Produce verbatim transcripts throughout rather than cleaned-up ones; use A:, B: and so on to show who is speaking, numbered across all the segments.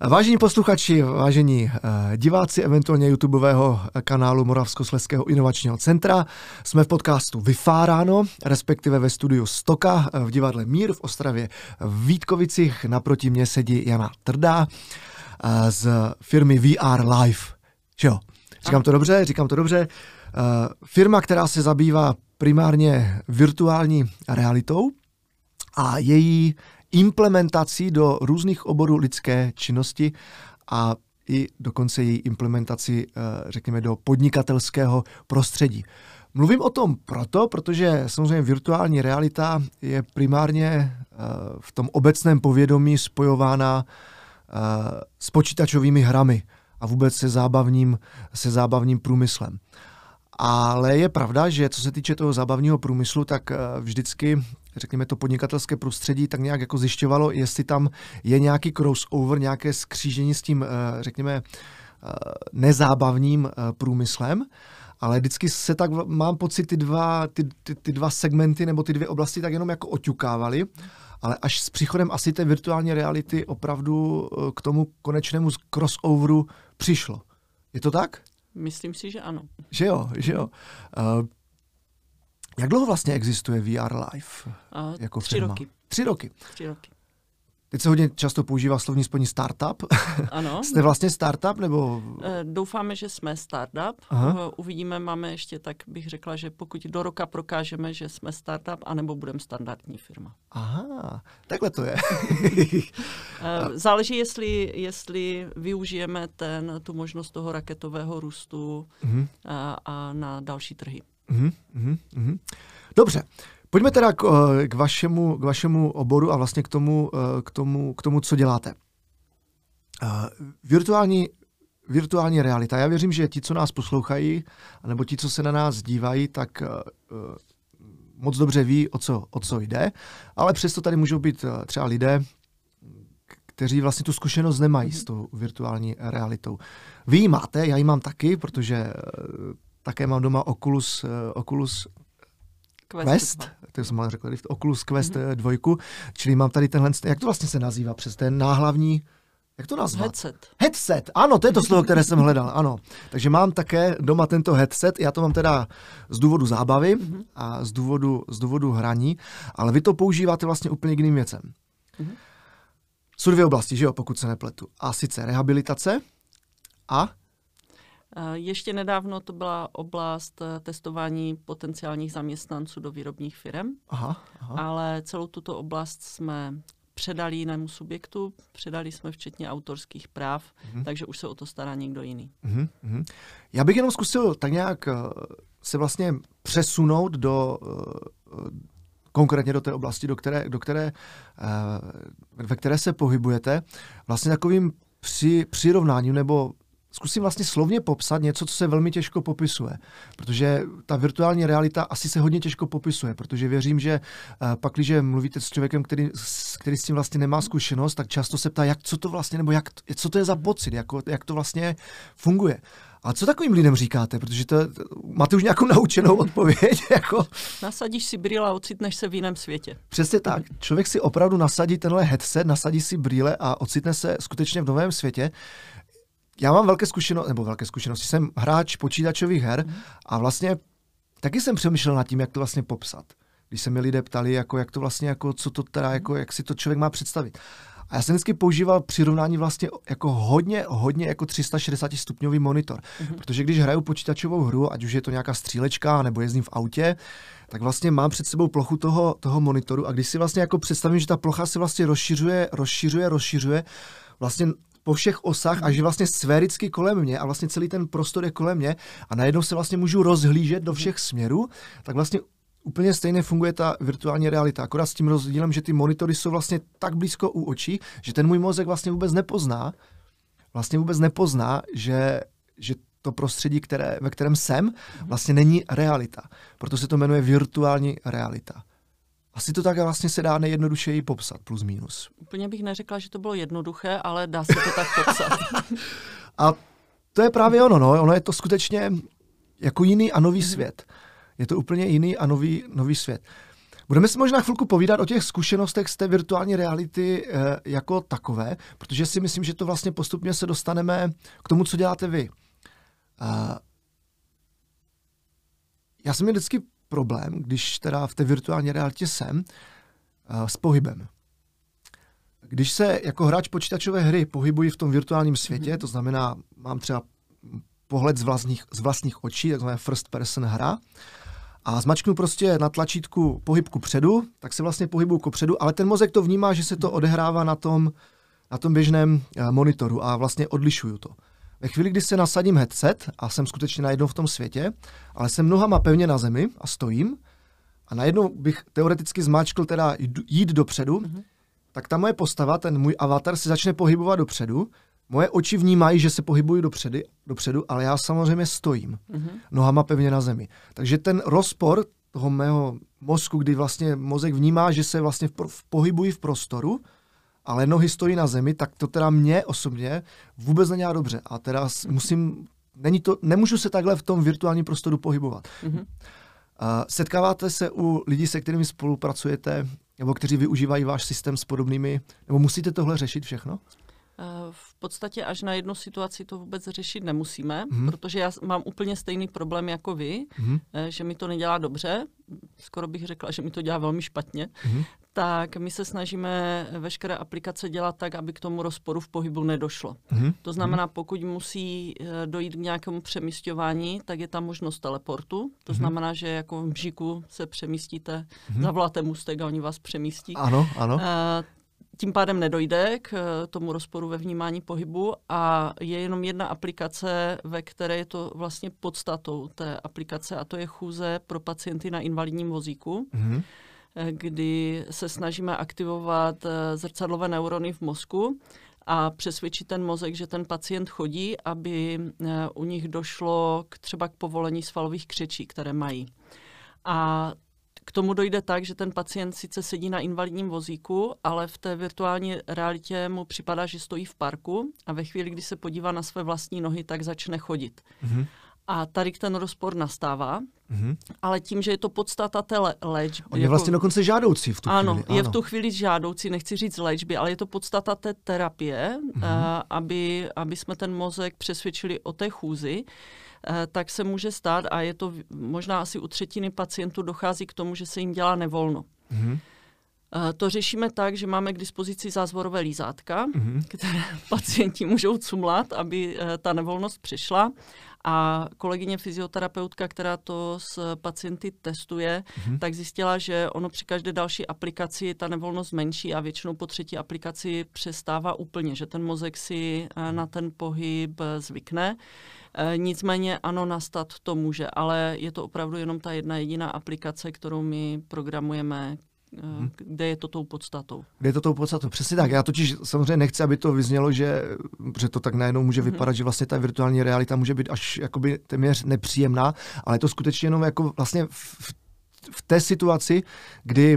A: Vážení posluchači, vážení diváci eventuálně YouTubeového kanálu Moravskoslezského inovačního centra, jsme v podcastu Vyfáráno, respektive ve studiu Stoka v divadle Mír v Ostravě v Vítkovicích. Naproti mě sedí Jana Trdá z firmy V R Live. Jo, říkám to dobře, říkám to dobře. Firma, která se zabývá primárně virtuální realitou a její implementací do různých oborů lidské činnosti a i dokonce její implementaci, řekněme, do podnikatelského prostředí. Mluvím o tom proto, protože samozřejmě virtuální realita je primárně v tom obecném povědomí spojována s počítačovými hrami a vůbec se zábavním, se zábavním průmyslem. Ale je pravda, že co se týče toho zábavního průmyslu, tak vždycky, řekněme, to podnikatelské prostředí tak nějak jako zjišťovalo, jestli tam je nějaký crossover, nějaké skřížení s tím, řekněme, nezábavním průmyslem. Ale vždycky se tak, mám pocit, ty dva, ty, ty, ty dva segmenty nebo ty dvě oblasti tak jenom jako oťukávaly. Ale až s příchodem asi té virtuální reality opravdu k tomu konečnému crossoveru přišlo. Je to tak?
B: Myslím si, že ano.
A: Že jo, že jo. Uh, jak dlouho vlastně existuje V R Live
B: uh,
A: jako
B: tři
A: firma?
B: roky.
A: Tři roky.
B: Tři roky.
A: Teď se hodně často používá slovní spojení startup.
B: Ano.
A: Jste vlastně startup, nebo?
B: Doufáme, že jsme startup.
A: Aha.
B: Uvidíme, máme ještě, tak bych řekla, že pokud do roka prokážeme, že jsme startup, anebo budeme standardní firma.
A: Aha, takhle to je.
B: Záleží, jestli, jestli využijeme ten, tu možnost toho raketového růstu uh-huh. a, a na další trhy.
A: Uh-huh, uh-huh. Dobře. Pojďme teda k, k, vašemu, k vašemu oboru a vlastně k tomu, k tomu, k tomu co děláte. Virtuální, virtuální realita. Já věřím, že ti, co nás poslouchají, nebo ti, co se na nás dívají, tak moc dobře ví, o co, o co jde, ale přesto tady můžou být třeba lidé, kteří vlastně tu zkušenost nemají s tou virtuální realitou. Vy ji máte, já ji mám taky, protože také mám doma Oculus, Oculus Quest, Quest to jsem mal řekl, Oculus Quest mm-hmm. dvojku, čili mám tady tenhle, jak to vlastně se nazývá přes ten náhlavní, jak to nazvat?
B: Headset.
A: Headset, ano, to je to slovo, které jsem hledal, ano. Takže mám také doma tento headset, já to mám teda z důvodu zábavy mm-hmm. a z důvodu, z důvodu hraní, ale vy to používáte vlastně úplně jiným věcem. Mm-hmm. Jsou dvě oblasti, že jo, pokud se nepletu. A sice rehabilitace a
B: ještě nedávno to byla oblast testování potenciálních zaměstnanců do výrobních firm, aha, aha. ale celou tuto oblast jsme předali jinému subjektu, předali jsme včetně autorských práv, mhm. takže už se o to stará někdo jiný.
A: Mhm, mhm. Já bych jenom zkusil tak nějak se vlastně přesunout do konkrétně do té oblasti, do které, do které, ve které se pohybujete, vlastně takovým při, přirovnáním nebo zkusím vlastně slovně popsat něco, co se velmi těžko popisuje, protože ta virtuální realita asi se hodně těžko popisuje, protože věřím, že uh, pak, když mluvíte s člověkem, který, s, který s tím vlastně nemá zkušenost, tak často se ptá, jak co to vlastně, nebo jak, co to je za pocit, jako, jak to vlastně funguje. A co takovým lidem říkáte? Protože to, máte už nějakou naučenou odpověď? Jako...
B: Nasadíš si brýle a ocitneš se v jiném světě.
A: Přesně tak. Člověk si opravdu nasadí tenhle headset, nasadí si brýle a ocitne se skutečně v novém světě. Já mám velké zkušenosti, nebo velké zkušenosti, jsem hráč počítačových her mm. a vlastně taky jsem přemýšlel nad tím, jak to vlastně popsat. Když se mi lidé ptali, jako, jak to vlastně, jako, co to teda, jako, jak si to člověk má představit. A já jsem vždycky používal přirovnání vlastně jako hodně, hodně jako tři sta šedesát stupňový monitor. Mm. Protože když hraju počítačovou hru, ať už je to nějaká střílečka, nebo jezdím v autě, tak vlastně mám před sebou plochu toho, toho monitoru a když si vlastně jako představím, že ta plocha se vlastně rozšiřuje, rozšiřuje, rozšiřuje, vlastně po všech osách a že vlastně sféricky kolem mě a vlastně celý ten prostor je kolem mě a najednou se vlastně můžu rozhlížet do všech směrů, tak vlastně úplně stejně funguje ta virtuální realita. Akorát s tím rozdílem, že ty monitory jsou vlastně tak blízko u očí, že ten můj mozek vlastně vůbec nepozná, vlastně vůbec nepozná, že, že to prostředí, které, ve kterém jsem, vlastně není realita. Proto se to jmenuje virtuální realita. Asi to tak vlastně se dá nejjednodušeji popsat, plus minus.
B: Úplně bych neřekla, že to bylo jednoduché, ale dá se to tak popsat.
A: A to je právě ono, no. Ono je to skutečně jako jiný a nový svět. Je to úplně jiný a nový, nový svět. Budeme si možná chvilku povídat o těch zkušenostech z té virtuální reality e, jako takové, protože si myslím, že to vlastně postupně se dostaneme k tomu, co děláte vy. E, já jsem měl vždycky problém, když teda v té virtuální realitě jsem, e, s pohybem. Když se jako hráč počítačové hry pohybuji v tom virtuálním světě, to znamená, mám třeba pohled z vlastních, z vlastních očí, takzvané first person hra, a zmačknu prostě na tlačítku pohyb kupředu, tak se vlastně pohybuju kupředu, ale ten mozek to vnímá, že se to odehrává na tom, na tom běžném monitoru a vlastně odlišuju to. Ve chvíli, kdy se nasadím headset a jsem skutečně najednou v tom světě, ale jsem nohama pevně na zemi a stojím a najednou bych teoreticky zmáčkl teda jít dopředu, mm-hmm. tak ta moje postava, ten můj avatar se začne pohybovat dopředu, moje oči vnímají, že se pohybují dopředu, dopředu, ale já samozřejmě stojím, mm-hmm. nohama pevně na zemi. Takže ten rozpor toho mého mozku, kdy vlastně mozek vnímá, že se vlastně v, v pohybují v prostoru, ale nohy stojí na zemi, tak to teda mě osobně vůbec nedělá dobře. A teda mm-hmm. musím, není to, nemůžu se takhle v tom virtuálním prostoru pohybovat. Mm-hmm. Uh, setkáváte se u lidí, se kterými spolupracujete, nebo kteří využívají váš systém s podobnými, nebo musíte tohle řešit všechno?
B: V podstatě až na jednu situaci to vůbec řešit nemusíme, mm. protože já mám úplně stejný problém jako vy, mm. že mi to nedělá dobře, skoro bych řekla, že mi to dělá velmi špatně, mm. tak my se snažíme veškeré aplikace dělat tak, aby k tomu rozporu v pohybu nedošlo. Mm. To znamená, pokud musí dojít k nějakému přemísťování, tak je tam možnost teleportu. To mm. znamená, že jako v mžiku se přemístíte, mm. zavoláte můstek a oni vás přemístí.
A: Ano, ano. Uh,
B: Tím pádem nedojde k tomu rozporu ve vnímání pohybu a je jenom jedna aplikace, ve které je to vlastně podstatou té aplikace a to je chůze pro pacienty na invalidním vozíku, mm-hmm. kdy se snažíme aktivovat zrcadlové neurony v mozku a přesvědčit ten mozek, že ten pacient chodí, aby u nich došlo k, třeba k povolení svalových křečí, které mají. A k tomu dojde tak, že ten pacient sice sedí na invalidním vozíku, ale v té virtuální realitě mu připadá, že stojí v parku a ve chvíli, kdy se podívá na své vlastní nohy, tak začne chodit. Mm-hmm. A tady ten rozpor nastává, mm-hmm. ale tím, že je to podstata té léčby.
A: On je jako, vlastně dokonce žádoucí v tu
B: ano,
A: chvíli.
B: Ano, je v tu chvíli žádoucí, nechci říct léčby, ale je to podstata té terapie, mm-hmm. uh, aby, aby jsme ten mozek přesvědčili o té chůzi, tak se může stát, a je to možná asi u třetiny pacientů dochází k tomu, že se jim dělá nevolno. Mm-hmm. To řešíme tak, že máme k dispozici zázvorové lízátka, mm-hmm. které pacienti můžou cumlat, aby ta nevolnost přišla. A kolegyně fyzioterapeutka, která to s pacienty testuje, mm-hmm. tak zjistila, že ono při každé další aplikaci ta nevolnost menší a většinou po třetí aplikaci přestává úplně, že ten mozek si na ten pohyb zvykne. E, nicméně ano, nastat to může, ale je to opravdu jenom ta jedna jediná aplikace, kterou my programujeme, e, kde je to tou podstatou.
A: Kde je to tou podstatou, přesně tak. Já totiž samozřejmě nechci, aby to vyznělo, že, že to tak najednou může vypadat, mm-hmm. že vlastně ta virtuální realita může být až jakoby téměř nepříjemná, ale je to skutečně jenom jako vlastně v, v té situaci, kdy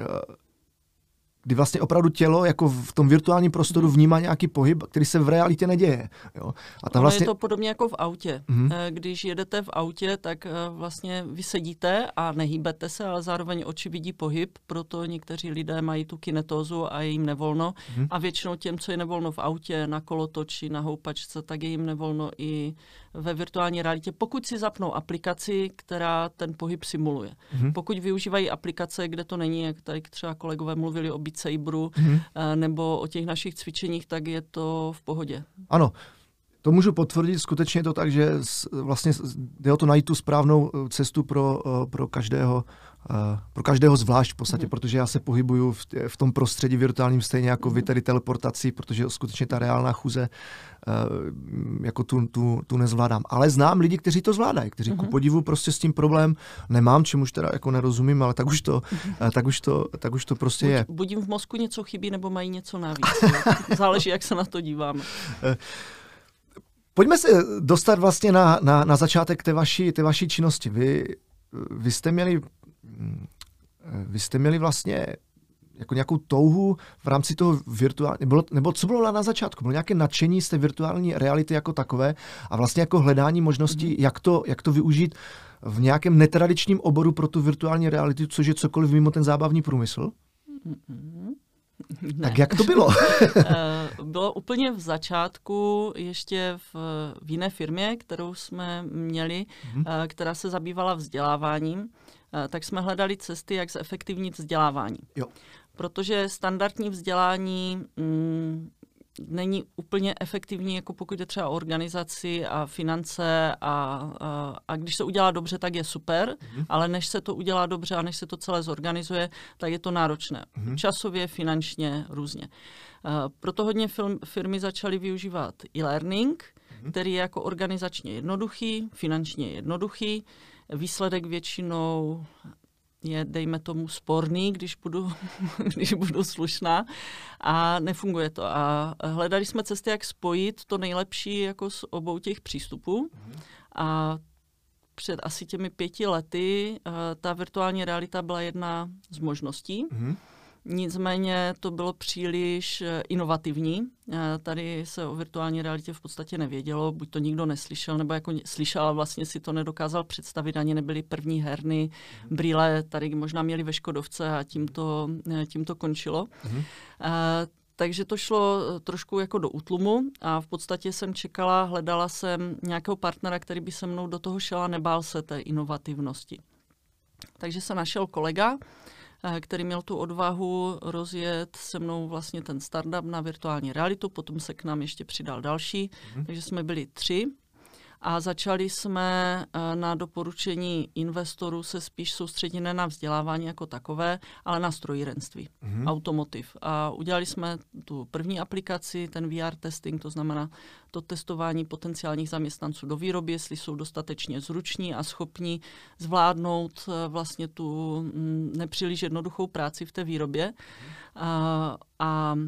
A: kdy vlastně opravdu tělo jako v tom virtuálním prostoru vnímá nějaký pohyb, který se v realitě neděje. Jo. A tam vlastně...
B: je to podobně jako v autě. Mm-hmm. Když jedete v autě, tak vlastně vy sedíte a nehýbete se, ale zároveň oči vidí pohyb, proto někteří lidé mají tu kinetózu a je jim nevolno. Mm-hmm. A většinou těm, co je nevolno v autě, na kolotoči, na houpačce, tak je jim nevolno i ve virtuální realitě, pokud si zapnou aplikaci, která ten pohyb simuluje. Mm-hmm. Pokud využívají aplikace, kde to není, jak tady třeba kolegové mluvili o Beat Saberu, mm-hmm. nebo o těch našich cvičeních, tak je to v pohodě.
A: Ano, to můžu potvrdit, skutečně je to tak, že vlastně jde o to najít tu správnou cestu pro, pro každého pro každého zvlášť v podstatě, mm. protože já se pohybuju v, tě, v tom prostředí virtuálním stejně jako mm. vy, tedy teleportací, protože skutečně ta reálná chůze uh, jako tu, tu, tu nezvládám. Ale znám lidi, kteří to zvládají, kteří mm. ku podivu prostě s tím problém nemám, čemuž teda jako nerozumím, ale tak už to, mm. uh, tak už to, tak už to prostě
B: buď,
A: je.
B: Buď jim v mozku něco chybí, nebo mají něco navíc. Záleží, jak se na to díváme.
A: Pojďme se dostat vlastně na, na, na začátek té vaší, té vaší činnosti. Vy, vy jste měli Vy jste měli vlastně jako nějakou touhu v rámci toho virtuální, nebo, nebo co bylo na začátku? Bylo nějaké nadšení z té virtuální reality jako takové a vlastně jako hledání možností, mm-hmm. jak, to, jak to využít v nějakém netradičním oboru pro tu virtuální realitu, což je cokoliv mimo ten zábavní průmysl?
B: Mm-hmm.
A: Ne. Tak jak to bylo?
B: Bylo úplně v začátku ještě v, v jiné firmě, kterou jsme měli, mm. která se zabývala vzděláváním, tak jsme hledali cesty, jak zefektivnit vzdělávání. Jo. Protože standardní vzdělání mm, není úplně efektivní, jako pokud je třeba o organizaci a finance a, a, a když se udělá dobře, tak je super, mm-hmm. ale než se to udělá dobře a než se to celé zorganizuje, tak je to náročné. Mm-hmm. Časově, finančně, různě. Uh, proto hodně film, firmy začaly využívat e-learning, mm-hmm. který je jako organizačně jednoduchý, finančně jednoduchý, výsledek většinou je, dejme tomu, sporný, když budu, když budu slušná, a nefunguje to. A hledali jsme cesty, jak spojit to nejlepší jako z obou těch přístupů. Mm. A před asi těmi pěti lety uh, ta virtuální realita byla jedna z možností. Mm. Nicméně to bylo příliš inovativní. Tady se o virtuální realitě v podstatě nevědělo, buď to nikdo neslyšel, nebo jako slyšel, ale vlastně si to nedokázal představit, ani nebyly první herny, brýle, tady možná měli ve Škodovce a tím to, tím to končilo. Mhm. Takže to šlo trošku jako do útlumu a v podstatě jsem čekala, hledala jsem nějakého partnera, který by se mnou do toho šel a nebál se té inovativnosti. Takže se našel kolega, který měl tu odvahu rozjet se mnou vlastně ten startup na virtuální realitu, potom se k nám ještě přidal další, mm. takže jsme byli tři a začali jsme na doporučení investorů se spíš soustředit ne na vzdělávání jako takové, ale na strojírenství, mm. automotiv. A udělali jsme tu první aplikaci, ten V R testing, to znamená to testování potenciálních zaměstnanců do výroby, jestli jsou dostatečně zruční a schopní zvládnout vlastně tu nepříliš jednoduchou práci v té výrobě. Mm. A, a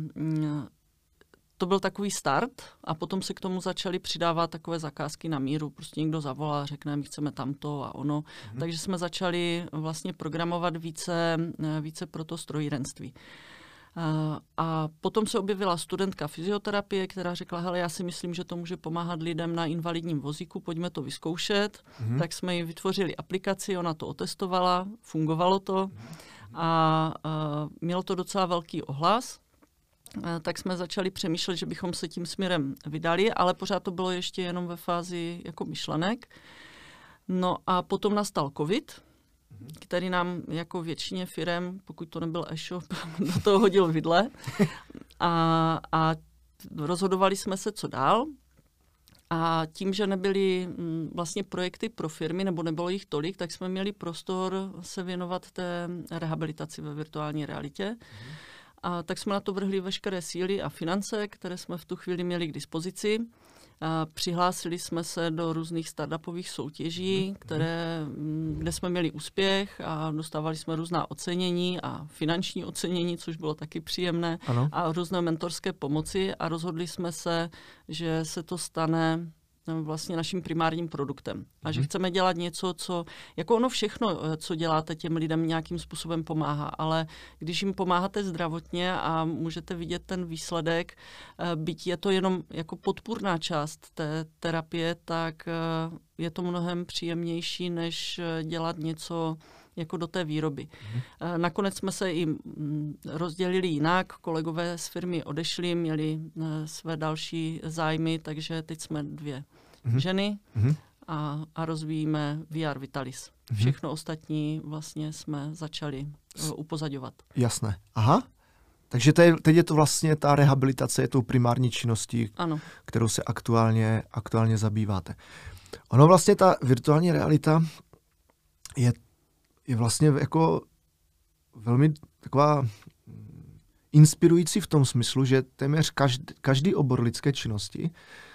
B: to byl takový start a potom se k tomu začaly přidávat takové zakázky na míru. Prostě někdo zavolá, řekne, my chceme tamto a ono. Mm. Takže jsme začali vlastně programovat více, více pro to strojírenství. A potom se objevila studentka fyzioterapie, která řekla, hele, já si myslím, že to může pomáhat lidem na invalidním vozíku, pojďme to vyzkoušet. Mm. Tak jsme jí vytvořili aplikaci, ona to otestovala, fungovalo to mm. a, a mělo to docela velký ohlas. Tak jsme začali přemýšlet, že bychom se tím směrem vydali, ale pořád to bylo ještě jenom ve fázi jako myšlenek. No a potom nastal covid, který nám jako většině firem, pokud to nebyl e-shop, do toho hodil vidle. A, a rozhodovali jsme se, co dál. A tím, že nebyly vlastně projekty pro firmy, nebo nebylo jich tolik, tak jsme měli prostor se věnovat té rehabilitaci ve virtuální realitě. A tak jsme na to vrhli veškeré síly a finance, které jsme v tu chvíli měli k dispozici. A přihlásili jsme se do různých startupových soutěží, které, kde jsme měli úspěch a dostávali jsme různá ocenění a finanční ocenění, což bylo taky příjemné, ano. a různé mentorské pomoci a rozhodli jsme se, že se to stane vlastně naším primárním produktem. A že chceme dělat něco, co, jako ono všechno, co děláte těm lidem, nějakým způsobem pomáhá, ale když jim pomáháte zdravotně a můžete vidět ten výsledek, byť je to jenom jako podpůrná část té terapie, tak je to mnohem příjemnější, než dělat něco jako do té výroby. Mhm. Nakonec jsme se i rozdělili jinak, kolegové z firmy odešli, měli své další zájmy, takže teď jsme dvě mhm. ženy mhm. A, a rozvíjíme V R Vitalis. Mhm. Všechno ostatní vlastně jsme začali upozaďovat.
A: Jasné. Aha. Takže teď, teď je to vlastně ta rehabilitace, je tou primární činností, ano. kterou se aktuálně, aktuálně zabýváte. Ono vlastně ta virtuální realita je je vlastně jako velmi taková inspirující v tom smyslu, že téměř každý, každý obor lidské činnosti,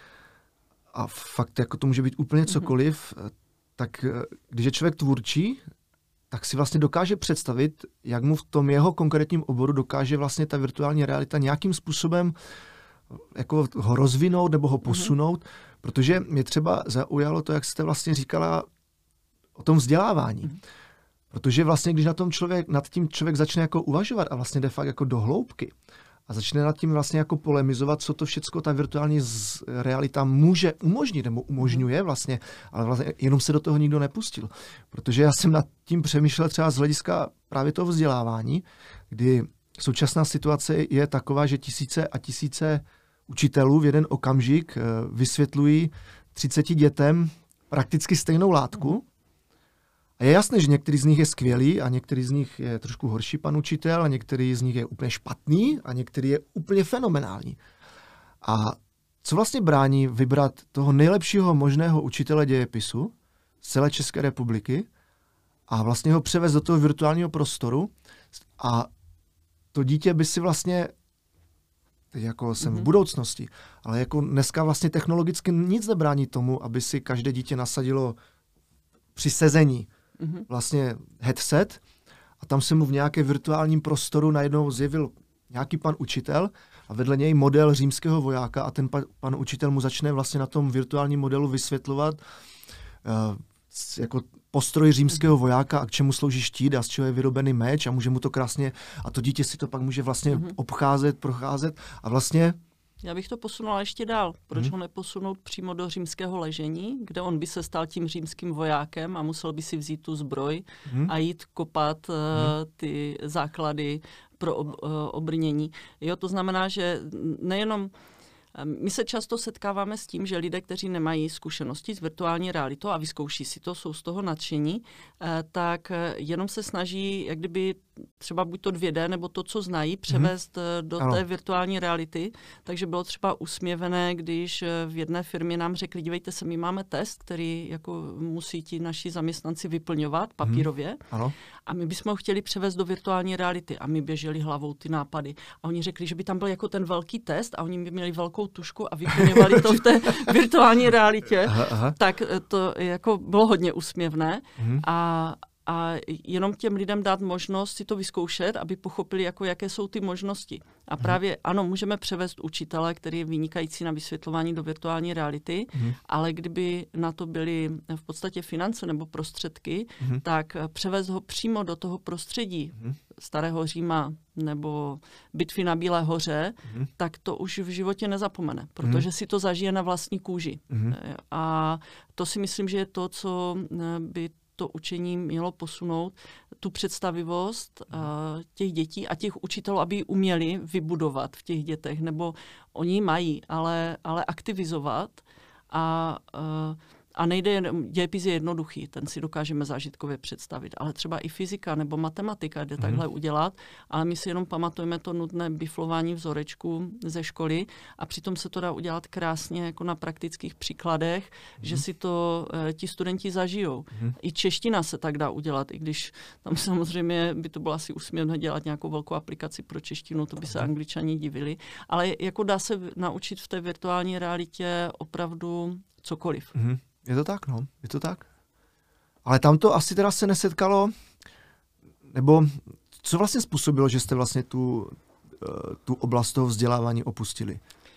A: a fakt jako to může být úplně cokoliv, mm-hmm. tak když je člověk tvůrčí, tak si vlastně dokáže představit, jak mu v tom jeho konkrétním oboru dokáže vlastně ta virtuální realita nějakým způsobem jako ho rozvinout nebo ho posunout, mm-hmm. protože mě třeba zaujalo to, jak jste vlastně říkala o tom vzdělávání. Mm-hmm. Protože vlastně, když na tom člověk, nad tím člověk začne jako uvažovat a vlastně jde fakt jako do hloubky a začne nad tím vlastně jako polemizovat, co to všecko ta virtuální realita může umožnit nebo umožňuje vlastně, ale vlastně jenom se do toho nikdo nepustil. Protože já jsem nad tím přemýšlel třeba z hlediska právě toho vzdělávání, kdy současná situace je taková, že tisíce a tisíce učitelů v jeden okamžik vysvětlují třiceti dětem prakticky stejnou látku. A je jasné, že některý z nich je skvělý a některý z nich je trošku horší pan učitel a některý z nich je úplně špatný a některý je úplně fenomenální. A co vlastně brání vybrat toho nejlepšího možného učitele dějepisu z celé České republiky a vlastně ho převést do toho virtuálního prostoru a to dítě by si vlastně, teď jako jsem mm-hmm. v budoucnosti, ale jako dneska vlastně technologicky nic nebrání tomu, aby si každé dítě nasadilo při sezení mm-hmm. vlastně headset a tam se mu v nějaké virtuálním prostoru najednou zjevil nějaký pan učitel a vedle něj model římského vojáka a ten pa, pan učitel mu začne vlastně na tom virtuálním modelu vysvětlovat uh, jako postroj římského vojáka a k čemu slouží štít a z čeho je vyrobený meč a může mu to krásně, a to dítě si to pak může vlastně mm-hmm. obcházet, procházet a vlastně...
B: Já bych to posunula ještě dál. Proč mm-hmm. ho neposunout přímo do římského ležení, kde on by se stal tím římským vojákem a musel by si vzít tu zbroj mm-hmm. a jít kopat uh, mm-hmm. ty základy pro ob, uh, obrnění. Jo, to znamená, že nejenom my se často setkáváme s tím, že lidé, kteří nemají zkušenosti s virtuální realitou a vyzkouší si to, jsou z toho nadšení, tak jenom se snaží, jak kdyby třeba buď to dvě dé nebo to, co znají, převést hmm. do ano. té virtuální reality. Takže bylo třeba usměvené, když v jedné firmě nám řekli, dívejte se, my máme test, který jako musí ti naši zaměstnanci vyplňovat papírově. Hmm. Ano. A my bychom ho chtěli převést do virtuální reality. A my běželi hlavou ty nápady. A oni řekli, že by tam byl jako ten velký test a oni by měli velkou tušku a vyplňovali to v té virtuální realitě. Aha, aha. Tak to jako bylo hodně úsměvné. Hmm. A A jenom těm lidem dát možnost si to vyzkoušet, aby pochopili, jako, jaké jsou ty možnosti. A právě ano, můžeme převést učitele, který je vynikající na vysvětlování do virtuální reality, mm. ale kdyby na to byly v podstatě finance nebo prostředky, mm. tak převést ho přímo do toho prostředí mm. starého Říma nebo bitvy na Bílé hoře, mm. tak to už v životě nezapomene, protože mm. si to zažije na vlastní kůži. Mm. A to si myslím, že je to, co by to učení mělo posunout, tu představivost uh, těch dětí a těch učitelů, aby ji uměli vybudovat v těch dětech, nebo oni mají, ale, ale aktivizovat a uh, A nejde, dějepis je jednoduchý, ten si dokážeme zážitkově představit, ale třeba i fyzika nebo matematika jde mm. takhle udělat, ale my si jenom pamatujeme to nutné biflování vzorečku ze školy a přitom se to dá udělat krásně jako na praktických příkladech, mm. že si to e, ti studenti zažijou. Mm. I čeština se tak dá udělat, i když tam samozřejmě by to bylo asi úsměvné dělat nějakou velkou aplikaci pro češtinu, to by se Angličani divili, ale jako dá se naučit v té virtuální realitě opravdu cokoliv.
A: Mm. Je to tak, no. Je to tak. Ale tam to asi teda se nesetkalo, nebo co vlastně způsobilo, že jste vlastně tu, tu oblast toho vzdělávání opustili?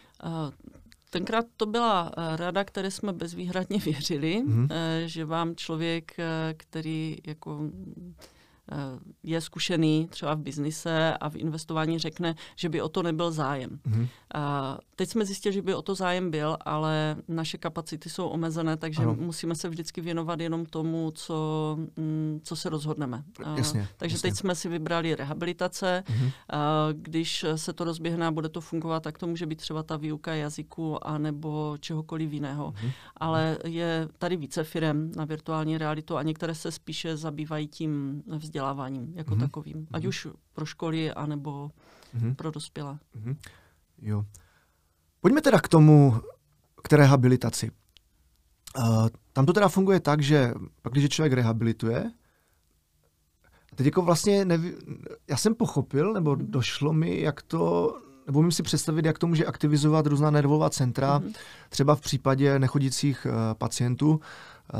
B: Tenkrát to byla rada, které jsme bezvýhradně věřili, mm-hmm. že vám člověk, který jako je zkušený třeba v biznise a v investování, řekne, že by o to nebyl zájem. Mm-hmm. A teď jsme zjistili, že by o to zájem byl, ale naše kapacity jsou omezené, takže ano. musíme se vždycky věnovat jenom tomu, co, co se rozhodneme.
A: Jasně,
B: takže
A: jasně.
B: teď jsme si vybrali rehabilitace. Mm-hmm. A když se to rozběhne a bude to fungovat, tak to může být třeba ta výuka jazyku anebo čehokoliv jiného. Mm-hmm. Ale je tady více firem na virtuální realitu a některé se spíše zabývají tím vzděláváním jako mm-hmm. takovým. Ať mm-hmm. už pro školy, anebo mm-hmm. pro dospělé.
A: Mm-hmm. Jo. Pojďme teda k tomu, k té rehabilitaci. Uh, tam to teda funguje tak, že pak, když člověk rehabilituje, a teď jako vlastně, neví, já jsem pochopil, nebo mm-hmm. došlo mi, jak to, nebo umím si představit, jak to může aktivizovat různá nervová centra, mm-hmm. třeba v případě nechodících uh, pacientů. Uh,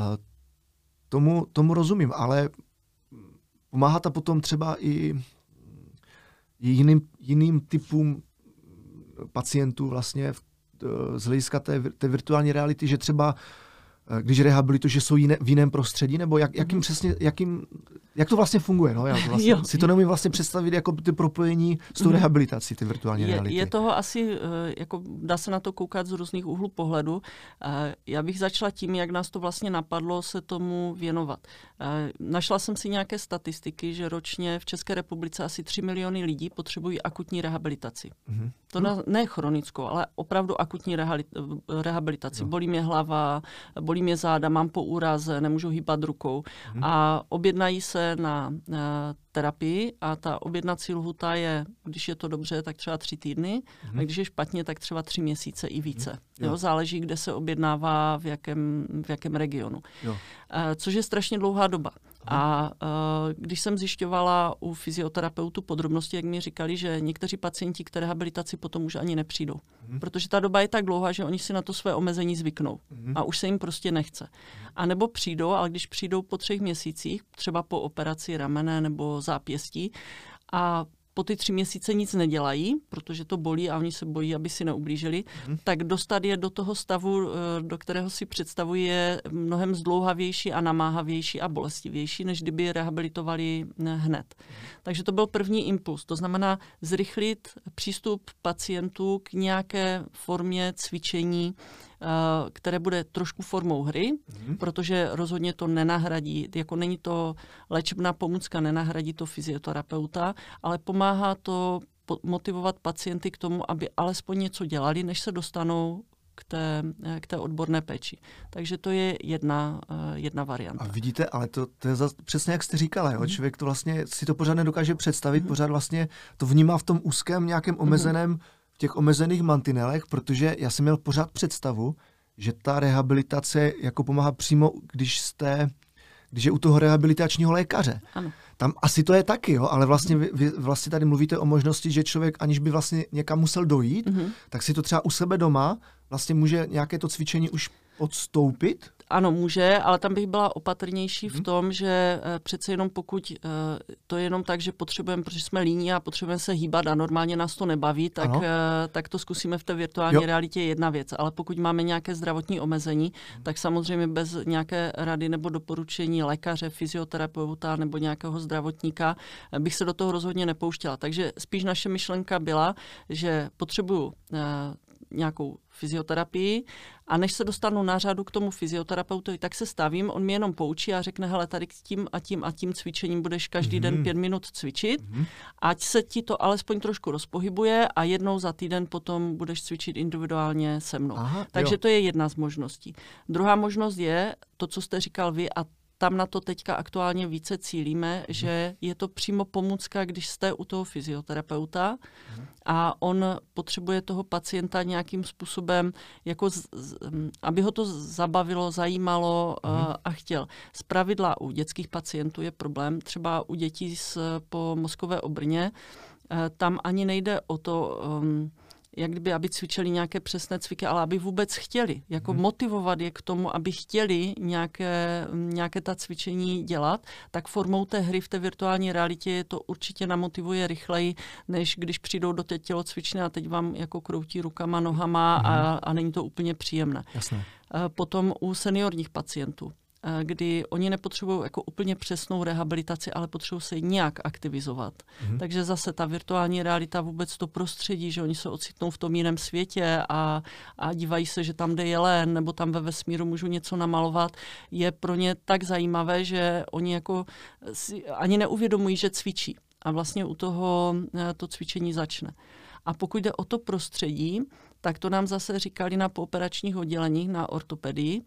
A: tomu, tomu rozumím, ale pomáhá to potom třeba i jiným, jiným typům pacientů vlastně v, z hlediska té, té virtuální reality, že třeba když rehabilitují, že jsou jiné, v jiném prostředí, nebo jak, jakým přesně, jakým, jak to vlastně funguje? No? Já to vlastně, si to neumím vlastně představit jako ty propojení s tou rehabilitací, ty virtuální
B: je,
A: reality.
B: Je toho asi, jako dá se na to koukat z různých úhlů pohledu. Já bych začala tím, jak nás to vlastně napadlo se tomu věnovat. Našla jsem si nějaké statistiky, že ročně v České republice asi tři miliony lidí potřebují akutní rehabilitaci. Mm-hmm. To na, ne chronickou, ale opravdu akutní rehabilitaci. Jo. Bolí mě hlava, bolí mě záda, mám po úraze, nemůžu hýbat rukou. Mm-hmm. A objednají se na, na terapii a ta objednací lhuta je, když je to dobře, tak třeba tři týdny, mm-hmm. a když je špatně, tak třeba tři měsíce i více. Mm-hmm. Jo. Jo, záleží, kde se objednává, v jakém, v jakém regionu. Jo. Což je strašně dlouhá doba. A uh, když jsem zjišťovala u fyzioterapeutů podrobnosti, jak mi říkali, že někteří pacienti k rehabilitaci potom už ani nepřijdou. Mm. Protože ta doba je tak dlouhá, že oni si na to své omezení zvyknou. Mm. A už se jim prostě nechce. A nebo přijdou, ale když přijdou po třech měsících, třeba po operaci ramene nebo zápěstí, a po ty tři měsíce nic nedělají, protože to bolí a oni se bojí, aby si neublížili, mm. tak dostat je do toho stavu, do kterého si představují, je mnohem zdlouhavější a namáhavější a bolestivější, než kdyby rehabilitovali hned. Mm. Takže to byl první impuls. To znamená zrychlit přístup pacientů k nějaké formě cvičení, které bude trošku formou hry, mm. protože rozhodně to nenahradí, jako není to léčebná pomůcka, nenahradí to fyzioterapeuta, ale pomáhá to motivovat pacienty k tomu, aby alespoň něco dělali, než se dostanou k té, k té odborné péči. Takže to je jedna, jedna varianta.
A: A vidíte, ale to, to je zas, přesně jak jste říkala, jo? Mm. Člověk to vlastně si to pořád nedokáže představit, mm. pořád vlastně to vnímá v tom úzkém nějakém omezeném mm. v těch omezených mantinelech, protože já jsem měl pořád představu, že ta rehabilitace jako pomáhá přímo, když jste, když je u toho rehabilitačního lékaře.
B: Ano.
A: Tam asi to je taky, jo, ale vlastně vy, vy vlastně tady mluvíte o možnosti, že člověk, aniž by vlastně někam musel dojít, mm-hmm. tak si to třeba u sebe doma vlastně může nějaké to cvičení už odstoupit?
B: Ano, může, ale tam bych byla opatrnější hmm. v tom, že uh, přece jenom pokud uh, to je jenom tak, že potřebujeme, protože jsme líní a potřebujeme se hýbat a normálně nás to nebaví, tak, uh, tak to zkusíme v té virtuální jo. realitě, je jedna věc. Ale pokud máme nějaké zdravotní omezení, hmm. tak samozřejmě bez nějaké rady nebo doporučení lékaře, fyzioterapeuta nebo nějakého zdravotníka bych se do toho rozhodně nepouštěla. Takže spíš naše myšlenka byla, že potřebuju uh, nějakou fyzioterapii a než se dostanu na řadu k tomu fyzioterapeutovi, tak se stavím, on mě jenom poučí a řekne, hele, tady tím a tím a tím cvičením budeš každý mm-hmm. den pět minut cvičit, mm-hmm. ať se ti to alespoň trošku rozpohybuje a jednou za týden potom budeš cvičit individuálně se mnou. Aha, Takže jo. to je jedna z možností. Druhá možnost je to, co jste říkal vy, a tam na to teďka aktuálně více cílíme, že je to přímo pomůcka, když jste u toho fyzioterapeuta a on potřebuje toho pacienta nějakým způsobem, jako z, z, aby ho to zabavilo, zajímalo uh, a chtěl. Zpravidla u dětských pacientů je problém, třeba u dětí s, po mozkové obrně, uh, tam ani nejde o to, um, jak kdyby, aby cvičili nějaké přesné cviky, ale aby vůbec chtěli. Jako hmm. motivovat je k tomu, aby chtěli nějaké, nějaké ta cvičení dělat, tak formou té hry v té virtuální realitě je to určitě namotivuje rychleji, než když přijdou do té tělocvičny a teď vám jako kroutí rukama, nohama hmm. a, a není to úplně příjemné.
A: Jasné.
B: Potom u seniorních pacientů, kdy oni nepotřebují jako úplně přesnou rehabilitaci, ale potřebují se nějak aktivizovat. Mm-hmm. Takže zase ta virtuální realita, vůbec to prostředí, že oni se ocitnou v tom jiném světě a, a dívají se, že tam jde jelen, nebo tam ve vesmíru můžu něco namalovat, je pro ně tak zajímavé, že oni jako si ani neuvědomují, že cvičí. A vlastně u toho to cvičení začne. A pokud jde o to prostředí, tak to nám zase říkali na pooperačních odděleních, na ortopedii,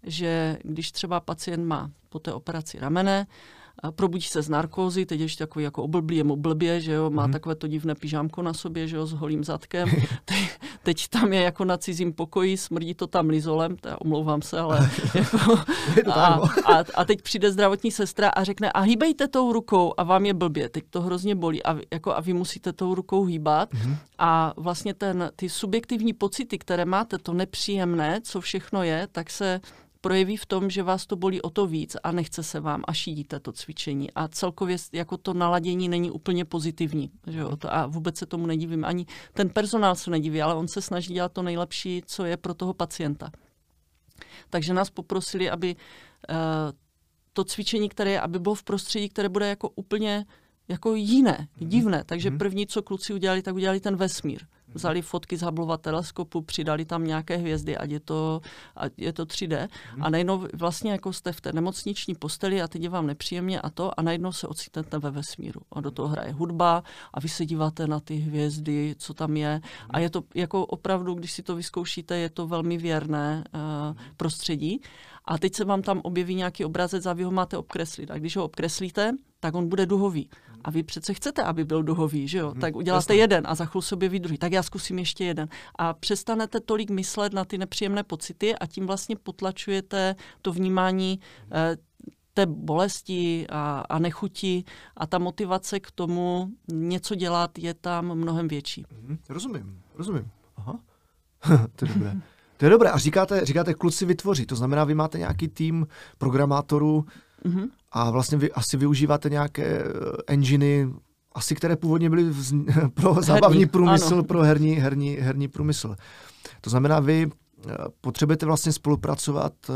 B: že když třeba pacient má po té operaci ramene, probudí se z narkózy, teď ještě takový jako oblblý, je mu blbě, že jo, má mm. takové to divné pyžámko na sobě, že jo, s holým zadkem. Teď, teď tam je jako na cizím pokoji, smrdí to tam lizolem, to já omlouvám se, ale jako, a, a, a teď přijde zdravotní sestra a řekne, a hýbejte tou rukou a vám je blbě, teď to hrozně bolí a, jako, a vy musíte tou rukou hýbat mm. a vlastně ten, ty subjektivní pocity, které máte, to nepříjemné, co všechno je, tak se projeví v tom, že vás to bolí o to víc a nechce se vám a šídíte to cvičení. A celkově jako to naladění není úplně pozitivní. Že jo? A vůbec se tomu nedivím. Ani ten personál se nediví, ale on se snaží dělat to nejlepší, co je pro toho pacienta. Takže nás poprosili, aby uh, to cvičení, které je, aby bylo v prostředí, které bude jako úplně jako jiné, divné. Takže první, co kluci udělali, tak udělali ten vesmír. Vzali fotky z Hubbleova teleskopu, přidali tam nějaké hvězdy, ať je to, ať je to tři dé. A najednou vlastně jako jste v té nemocniční posteli a teď je vám nepříjemně a to a najednou se ocitnete ve vesmíru. A do toho hraje hudba a vy se díváte na ty hvězdy, co tam je. A je to jako opravdu, když si to vyzkoušíte, je to velmi věrné uh, prostředí. A teď se vám tam objeví nějaký obrazec a vy ho máte obkreslit. A když ho obkreslíte, tak on bude duhový. A vy přece chcete, aby byl duhový, že jo? Tak uděláte jeden a za chvíli se objeví druhý. Tak já zkusím ještě jeden. A přestanete tolik myslet na ty nepříjemné pocity a tím vlastně potlačujete to vnímání eh, té bolesti a, a nechuti a ta motivace k tomu něco dělat je tam mnohem větší.
A: Rozumím, rozumím. Aha. To je dobré. To je dobré. A říkáte, říkáte kluci vytvoří. To znamená, vy máte nějaký tým programátorů mm-hmm. a vlastně vy asi využíváte nějaké enginy, asi které původně byly vz... pro herní, zábavní průmysl, ano. pro herní, herní, herní průmysl. To znamená, vy potřebujete vlastně spolupracovat uh,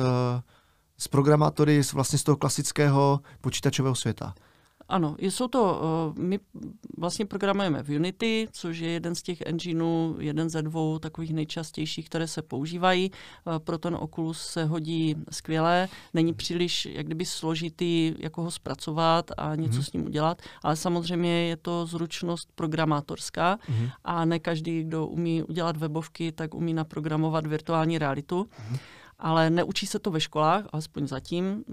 A: s programátory z, vlastně z toho klasického počítačového světa.
B: Ano, jsou to, my vlastně programujeme v Unity, což je jeden z těch engineů, jeden ze dvou takových nejčastějších, které se používají. Pro ten Oculus se hodí skvěle, není příliš jak kdyby složitý, jako ho zpracovat a něco mm-hmm. s ním udělat, ale samozřejmě je to zručnost programátorská mm-hmm. a ne každý, kdo umí udělat webovky, tak umí naprogramovat virtuální realitu. Mm-hmm. Ale neučí se to ve školách, alespoň zatím.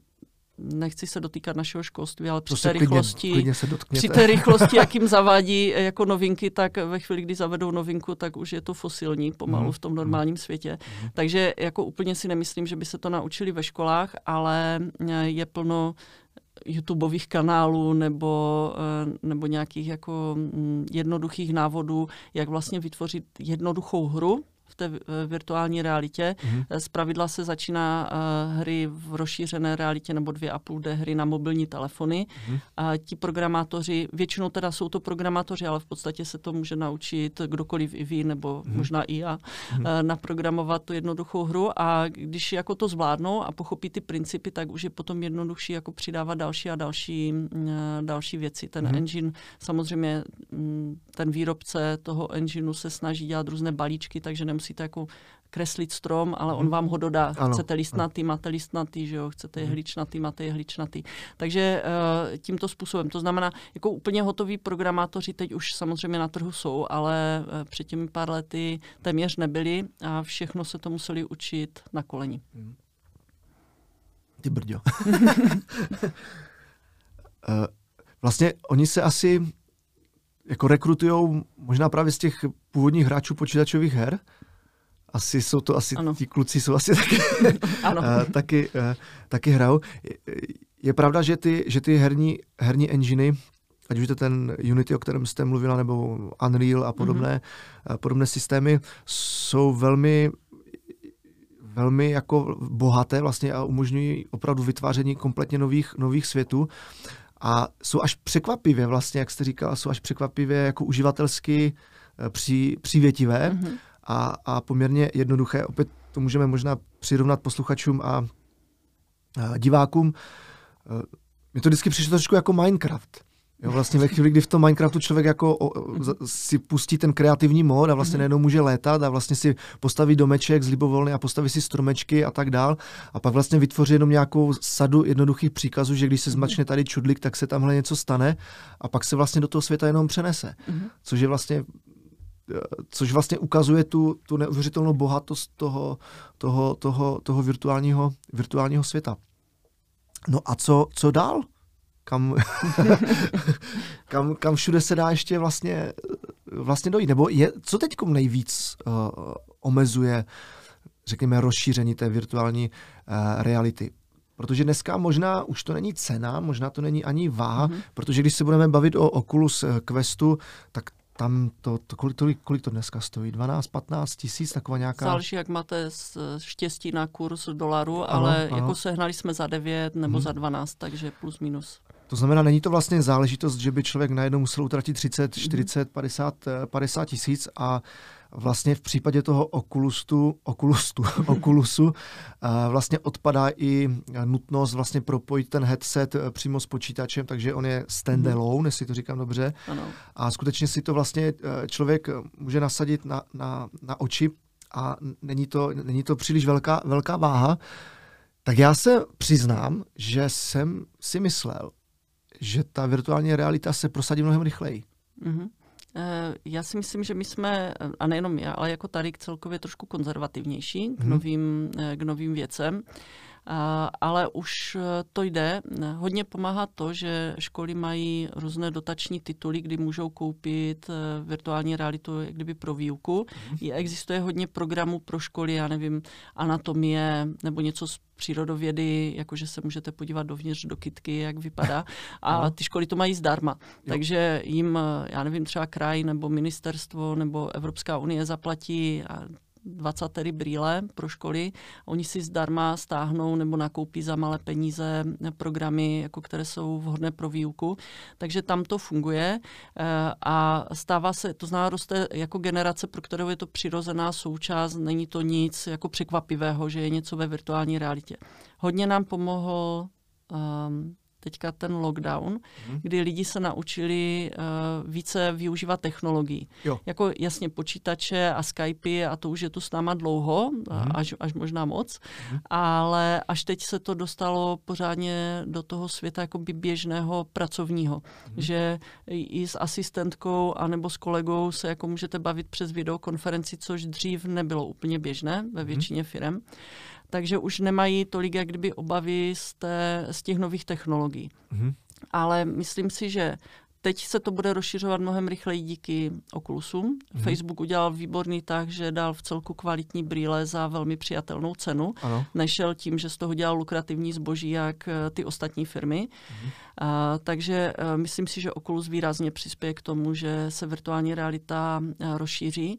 B: Nechci se dotýkat našeho školství, ale při té rychlosti, klidně při té rychlosti, jak jim zavádí jako novinky, tak ve chvíli, kdy zavedou novinku, tak už je to fosilní pomalu mm. v tom normálním světě. Mm. Takže jako úplně si nemyslím, že by se to naučili ve školách, ale je plno YouTubeových kanálů nebo, nebo nějakých jako jednoduchých návodů, jak vlastně vytvořit jednoduchou hru v té virtuální realitě. Mm-hmm. Zpravidla se začíná uh, hry v rozšířené realitě nebo dvě a půl dé hry na mobilní telefony. Mm-hmm. A ti programátoři, většinou teda jsou to programátoři, ale v podstatě se to může naučit kdokoliv i vy, nebo mm-hmm. možná i já, mm-hmm. uh, naprogramovat tu jednoduchou hru a když jako to zvládnou a pochopí ty principy, tak už je potom jednodušší jako přidávat další a další, uh, další věci. Ten mm-hmm. engine, samozřejmě um, ten výrobce toho engineu se snaží dělat různé balíčky, takže nemusíte jako kreslit strom, ale on vám ho dodá. Ano. Chcete listnatý, máte listnatý, že jo? Chcete jehličnatý, máte jehličnatý. Takže uh, tímto způsobem. To znamená, jako úplně hotoví programátoři teď už samozřejmě na trhu jsou, ale uh, před těmi pár lety téměř nebyli a všechno se to museli učit na koleni.
A: Ty brďo. uh, vlastně oni se asi jako rekrutujou možná právě z těch původních hráčů počítačových her. Asi jsou to, asi ano. ti kluci jsou asi taky, ano. taky, taky hrajou. Je, je pravda, že ty, že ty herní, herní enginy, ať už je to ten Unity, o kterém jste mluvila, nebo Unreal a podobné, mm-hmm. podobné systémy, jsou velmi velmi jako bohaté vlastně a umožňují opravdu vytváření kompletně nových, nových světů. A jsou až překvapivě, vlastně, jak jste říkala, jsou až překvapivě jako uživatelsky pří, přívětivé mm-hmm. a, a poměrně jednoduché. Opět to můžeme možná přirovnat posluchačům a, a divákům. Mně to vždycky přišlo trošku jako Minecraft. Jo, vlastně ve chvíli, kdy v tom Minecraftu člověk jako o, si pustí ten kreativní mód a vlastně najednou může létat a vlastně si postaví domeček z libovolny a postaví si stromečky a tak dál. A pak vlastně vytvoří jenom nějakou sadu jednoduchých příkazů, že když se zmačne tady čudlik, tak se tamhle něco stane a pak se vlastně do toho světa jenom přenese. Což je vlastně což vlastně ukazuje tu, tu neuvěřitelnou bohatost toho, toho, toho, toho virtuálního, virtuálního světa. No a co, co dál? Kam, kam, kam všude se dá ještě vlastně, vlastně dojít? Nebo je, co teď nejvíc uh, omezuje, řekněme, rozšíření té virtuální uh, reality? Protože dneska možná už to není cena, možná to není ani váha, mm-hmm. protože když se budeme bavit o Oculus Questu, tak tam to, to kolik, to, kolik to dneska stojí? dvanáct patnáct tisíc, taková nějaká...
B: Záleží, jak máte štěstí na kurz dolaru, ano, ale ano. jako sehnali jsme za devět nebo hmm. za dvanáct, takže plus minus.
A: To znamená, není to vlastně záležitost, že by člověk najednou musel utratit třicet, čtyřicet, padesát, padesát tisíc a vlastně v případě toho Oculusu, Oculusu, Oculusu vlastně odpadá i nutnost vlastně propojit ten headset přímo s počítačem, takže on je standalone, jestli to říkám dobře.
B: Ano.
A: A skutečně si to vlastně člověk může nasadit na, na, na oči a není to, není to příliš velká, velká váha. Tak já se přiznám, že jsem si myslel, že ta virtuální realita se prosadí mnohem rychleji.
B: Mm-hmm. Já si myslím, že my jsme, a nejenom já, ale jako Tarik celkově trošku konzervativnější k novým, k novým věcem. Ale už to jde. Hodně pomáhá to, že školy mají různé dotační tituly, kdy můžou koupit virtuální realitu jak kdyby pro výuku. Mm. Existuje hodně programů pro školy, já nevím, anatomie nebo něco z přírodovědy, jakože se můžete podívat dovnitř do kytky, jak vypadá. A ty školy to mají zdarma. Jo. Takže jim, já nevím, třeba kraj nebo ministerstvo nebo Evropská unie zaplatí dvacet brýle pro školy. Oni si zdarma stáhnou nebo nakoupí za malé peníze programy, jako které jsou vhodné pro výuku. Takže tam to funguje a stává se, to znamená, roste jako generace, pro kterou je to přirozená součást, není to nic jako překvapivého, že je něco ve virtuální realitě. Hodně nám pomohl um, teďka ten lockdown, hmm. kdy lidi se naučili uh, více využívat technologií. Jo. Jako jasně počítače a Skypey a to už je tu s náma dlouho, hmm. až, až možná moc, hmm. ale až teď se to dostalo pořádně do toho světa jakoby běžného pracovního, hmm. že i s asistentkou anebo s kolegou se jako můžete bavit přes videokonferenci, což dřív nebylo úplně běžné ve většině hmm. firem. Takže už nemají tolik jak kdyby obavy z, té, z těch nových technologií. Mm-hmm. Ale myslím si, že teď se to bude rozšiřovat mnohem rychleji díky Oculusům. Mm-hmm. Facebook udělal výborný tak, že dal v celku kvalitní brýle za velmi přijatelnou cenu. Ano. Nešel tím, že z toho dělal lukrativní zboží, jak ty ostatní firmy. Mm-hmm. A, takže a, myslím si, že Oculus výrazně přispěje k tomu, že se virtuální realita a, rozšíří.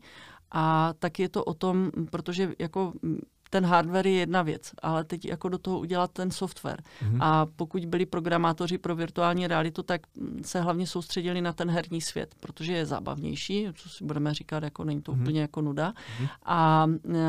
B: A tak je to o tom, protože jako ten hardware je jedna věc, ale teď jako do toho udělat ten software. Mm-hmm. A pokud byli programátoři pro virtuální realitu, tak se hlavně soustředili na ten herní svět, protože je zábavnější, co si budeme říkat, jako není to mm-hmm. úplně jako nuda. Mm-hmm. A,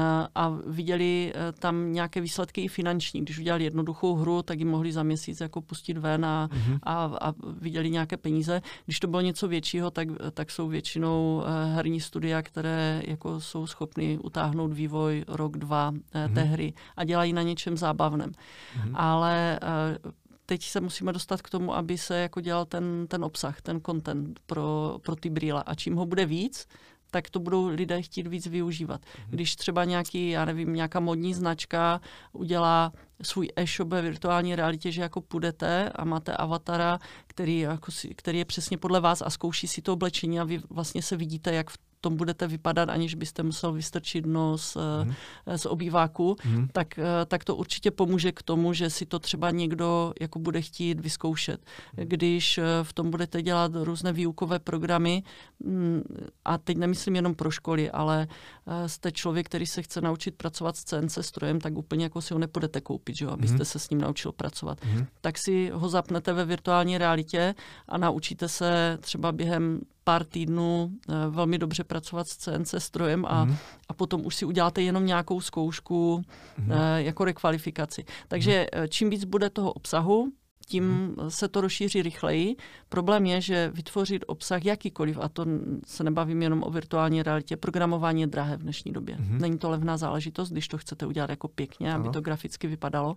B: a viděli tam nějaké výsledky i finanční. Když udělali jednoduchou hru, tak ji mohli za měsíc jako pustit ven a, mm-hmm. a, a viděli nějaké peníze. Když to bylo něco většího, tak, tak jsou většinou herní studia, které jako jsou schopny utáhnout vývoj rok, dva té hry a dělají na něčem zábavném. Mm-hmm. Ale uh, teď se musíme dostat k tomu, aby se jako dělal ten, ten obsah, ten content pro, pro ty brýle. A čím ho bude víc, tak to budou lidé chtít víc využívat. Mm-hmm. Když třeba nějaký, já nevím, nějaká modní značka udělá svůj e-shop ve virtuální realitě, že jako půjdete a máte avatara, který, jako si, který je přesně podle vás a zkouší si to oblečení a vy vlastně se vidíte, jak v tom budete vypadat, aniž byste musel vystrčit nos mm. z obýváku, mm. tak, tak to určitě pomůže k tomu, že si to třeba někdo jako bude chtít vyzkoušet. Když v tom budete dělat různé výukové programy, a teď nemyslím jenom pro školy, ale jste člověk, který se chce naučit pracovat s C N C strojem, tak úplně jako si ho nepůjdete koupit, že? Abyste mm. se s ním naučil pracovat. Mm. Tak si ho zapnete ve virtuální realitě a naučíte se třeba během pár týdnů velmi dobře pracovat s C N C strojem a, mm. a potom už si uděláte jenom nějakou zkoušku mm. jako rekvalifikaci. Takže mm. čím víc bude toho obsahu, tím mm. se to rozšíří rychleji. Problém je, že vytvořit obsah jakýkoliv, a to se nebavím jenom o virtuální realitě, programování je drahé v dnešní době. Mm. Není to levná záležitost, když to chcete udělat jako pěkně, aby to graficky vypadalo.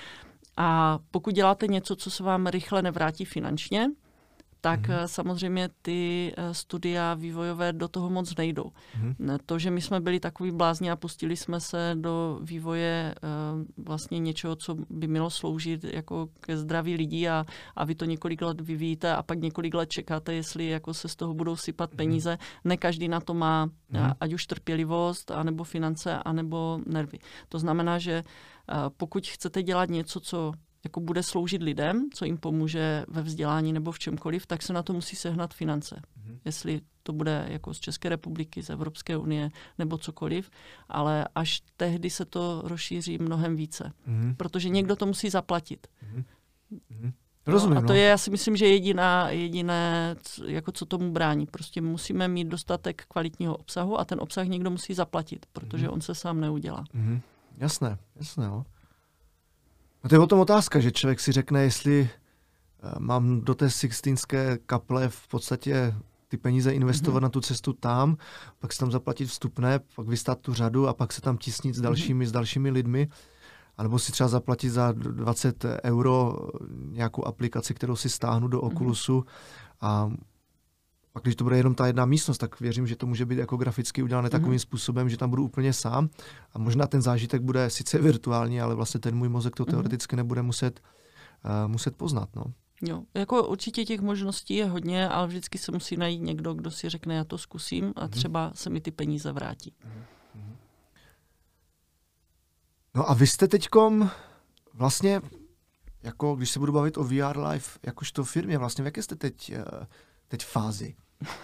B: A pokud děláte něco, co se vám rychle nevrátí finančně, tak mm. samozřejmě ty studia vývojové do toho moc nejdou. Mm. To, že my jsme byli takový blázni a pustili jsme se do vývoje uh, vlastně něčeho, co by mělo sloužit jako ke zdraví lidí a, a vy to několik let vyvíjíte a pak několik let čekáte, jestli jako se z toho budou sypat mm. peníze. Ne každý na to má mm. ať už trpělivost, anebo finance, anebo nervy. To znamená, že uh, pokud chcete dělat něco, co jako bude sloužit lidem, co jim pomůže ve vzdělání nebo v čemkoliv, tak se na to musí sehnat finance. Mm-hmm. Jestli to bude jako z České republiky, z Evropské unie nebo cokoliv, ale až tehdy se to rozšíří mnohem více. Mm-hmm. Protože někdo to musí zaplatit. Mm-hmm.
A: Rozumím,
B: no, a to
A: no.
B: je, já si myslím, že jediná, jediné, jako co tomu brání. Prostě musíme mít dostatek kvalitního obsahu a ten obsah někdo musí zaplatit, protože mm. on se sám neudělá.
A: Mm. Jasné, jasné. No. No to je o tom otázka, že člověk si řekne, jestli mám do té Sixtínské kaple v podstatě ty peníze investovat mm-hmm. na tu cestu tam, pak si tam zaplatit vstupné, pak vystát tu řadu a pak se tam tisnit s dalšími, mm-hmm. s dalšími lidmi, anebo si třeba zaplatit za dvacet euro nějakou aplikaci, kterou si stáhnu do Oculusu mm-hmm. a pak když to bude jenom ta jedna místnost, tak věřím, že to může být jako graficky udělané mm-hmm. takovým způsobem, že tam budu úplně sám a možná ten zážitek bude sice virtuální, ale vlastně ten můj mozek to teoreticky nebude muset, uh, muset poznat, no.
B: Jo, jako určitě těch možností je hodně, ale vždycky se musí najít někdo, kdo si řekne, já to zkusím a třeba se mi ty peníze vrátí.
A: No a vy jste teďkom vlastně, jako když se budu bavit o V R Live, jakožto firmě, vlastně v jaké jste teď, teď fázi?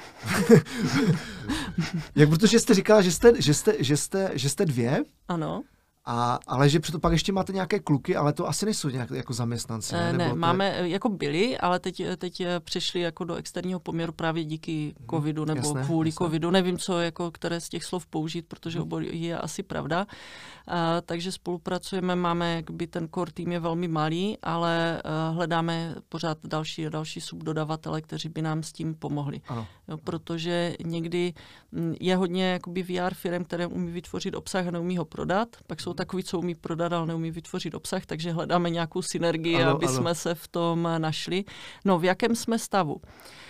A: Jak, protože jste říkala, že jste, že jste, že jste, že jste dvě?
B: Ano.
A: A, ale že přitom pak ještě máte nějaké kluky, ale to asi nejsou nějak jako zaměstnanci. Ne,
B: ne
A: Nebo
B: máme,
A: je...
B: jako byli, ale teď, teď přešli jako do externího poměru právě díky covidu nebo
A: jasné,
B: kvůli
A: jasné.
B: covidu. Nevím, co, jako, které z těch slov použít, protože obojí je asi pravda. A, takže spolupracujeme, máme, jakby ten core tým je velmi malý, ale a, hledáme pořád další a další subdodavatele, kteří by nám s tím pomohli. Jo, protože někdy je hodně jakoby V R firem, které umí vytvořit obsah a neumí ho prodat, pak jsou takový, co umí prodat, ale neumí vytvořit obsah, takže hledáme nějakou synergii, ano, aby ano. jsme se v tom našli. No, v jakém jsme stavu?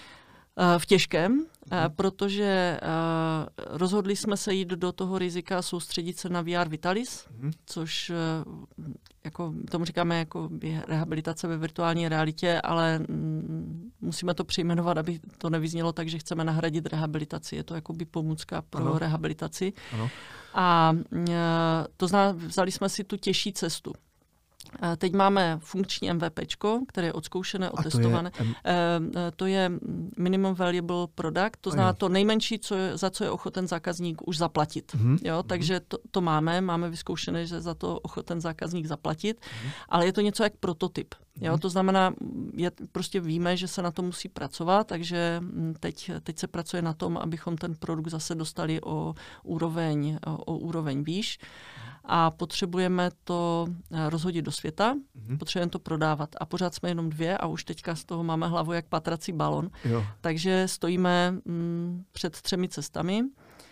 B: V těžkém, mhm. protože rozhodli jsme se jít do toho rizika soustředit se na V R Vitalis, mhm. což jako, tomu říkáme jako rehabilitace ve virtuální realitě, ale musíme to přejmenovat, aby to nevyznělo tak, že chceme nahradit rehabilitaci. Je to jakoby pomůcka pro ano. rehabilitaci. Ano. A to znamená, vzali jsme si tu těžší cestu. Teď máme funkční MVPčko, které je odzkoušené, otestované. To je, M... to je minimum valuable product, to znamená to nejmenší, co je, za co je ochoten zákazník už zaplatit. Mm-hmm. Jo, takže to, to máme, máme vyzkoušené, že za to ochoten zákazník zaplatit, mm-hmm. ale je to něco jak prototyp. Jo, to znamená, je, prostě víme, že se na to musí pracovat, takže teď, teď se pracuje na tom, abychom ten produkt zase dostali o úroveň, o, o úroveň výš. A potřebujeme to rozhodit do světa, mm-hmm. potřebujeme to prodávat. A pořád jsme jenom dvě a už teďka z toho máme hlavu jak patrací balon. Jo. Takže stojíme mm, před třemi cestami. Uh,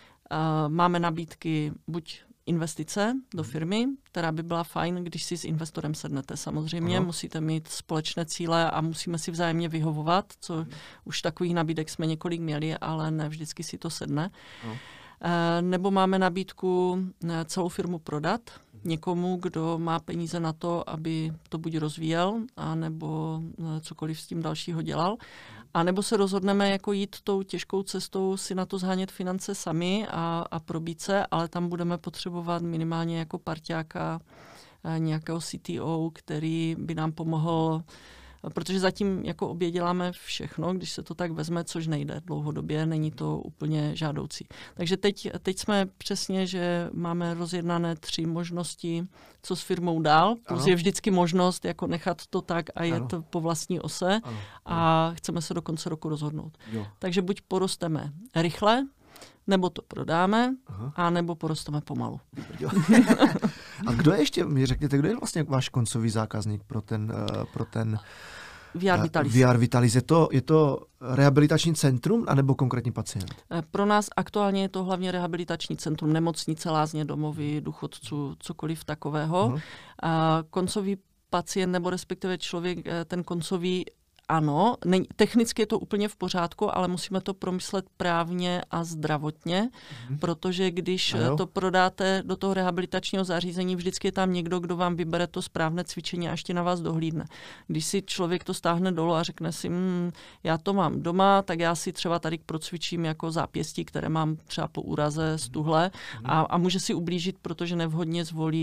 B: máme nabídky buď investice do firmy, která by byla fajn, když si s investorem sednete. Samozřejmě Aha. musíte mít společné cíle a musíme si vzájemně vyhovovat, co mm. už takových nabídek jsme několik měli, ale ne vždycky si to sedne. Aha. Nebo máme nabídku celou firmu prodat někomu, kdo má peníze na to, aby to buď rozvíjel, anebo cokoliv s tím dalšího dělal. A nebo se rozhodneme jako jít tou těžkou cestou, si na to zhánět finance sami a, a probít se, ale tam budeme potřebovat minimálně jako parťáka nějakého C T O, který by nám pomohl, protože zatím jako obě děláme všechno, když se to tak vezme, což nejde dlouhodobě, není to úplně žádoucí. Takže teď, teď jsme přesně, že máme rozjednané tři možnosti, co s firmou dál, plus je vždycky možnost jako nechat to tak a jet ano. po vlastní ose ano. a chceme se do konce roku rozhodnout. Jo. Takže buď porosteme rychle, nebo to prodáme, Aha. a nebo porosteme pomalu.
A: A kdo je ještě, mi řekněte, kdo je vlastně váš koncový zákazník pro ten, uh, pro ten
B: V R Vitalis.
A: V R Vitalis. Je to, je to rehabilitační centrum, anebo konkrétní pacient?
B: Pro nás aktuálně je to hlavně rehabilitační centrum, nemocnice, lázně, domovy, důchodců, cokoliv takového. A koncový pacient, nebo respektive člověk, ten koncový, ano, ne, technicky je to úplně v pořádku, ale musíme to promyslet právně a zdravotně, mm-hmm. protože když to prodáte do toho rehabilitačního zařízení, vždycky je tam někdo, kdo vám vybere to správné cvičení a ještě na vás dohlídne. Když si člověk to stáhne dolů a řekne si, mm, já to mám doma, tak já si třeba tady procvičím jako zápěstí, které mám třeba po úraze z tuhle mm-hmm. a, a může si ublížit, protože nevhodně zvolí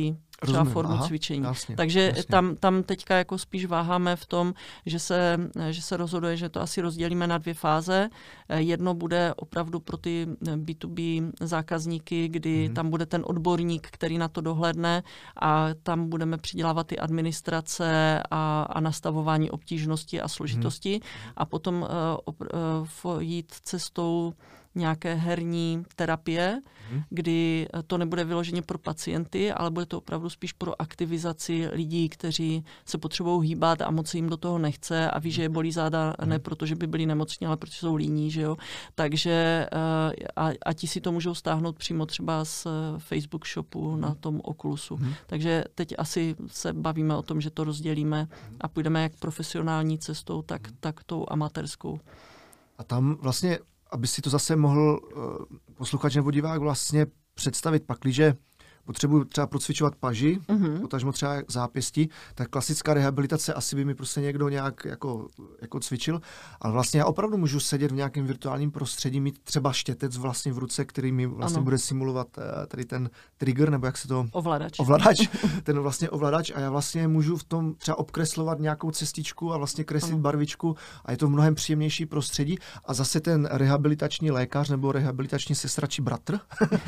B: třeba
A: rozumím.
B: formu
A: Aha,
B: cvičení.
A: jasně,
B: Takže
A: jasně.
B: Tam, tam teďka jako spíš váháme v tom, že se, že se rozhoduje, že to asi rozdělíme na dvě fáze. Jedno bude opravdu pro ty bé dvě bé zákazníky, kdy hmm. tam bude ten odborník, který na to dohlédne a tam budeme přidělávat ty administrace a, a nastavování obtížnosti a složitosti hmm. a potom uh, uh, jít cestou nějaké herní terapie, hmm. kdy to nebude vyloženě pro pacienty, ale bude to opravdu spíš pro aktivizaci lidí, kteří se potřebují hýbat a moc jim do toho nechce a ví, že je bolí záda hmm. ne proto, že by byli nemocní, ale protože jsou líní, že jo. Takže a, a ti si to můžou stáhnout přímo třeba z Facebook shopu hmm. na tom Oculusu. Hmm. Takže teď asi se bavíme o tom, že to rozdělíme a půjdeme jak profesionální cestou, tak, tak tou amatérskou.
A: A tam vlastně aby si to zase mohl uh, posluchač nebo divák vlastně představit, pakliže potřebuji třeba procvičovat paži, mm-hmm. potažmo třeba zápěstí, tak klasická rehabilitace asi by mi prostě někdo nějak jako, jako cvičil, ale vlastně já opravdu můžu sedět v nějakém virtuálním prostředí, mít třeba štětec vlastně v ruce, který mi vlastně ano. bude simulovat uh, tady ten trigger, nebo jak se to...
B: Ovladač.
A: Ovladač, ten vlastně ovladač a já vlastně můžu v tom třeba obkreslovat nějakou cestičku a vlastně kreslit ano. barvičku a je to v mnohem příjemnější prostředí a zase ten rehabilitační lékař nebo rehabilitační sestra či bratr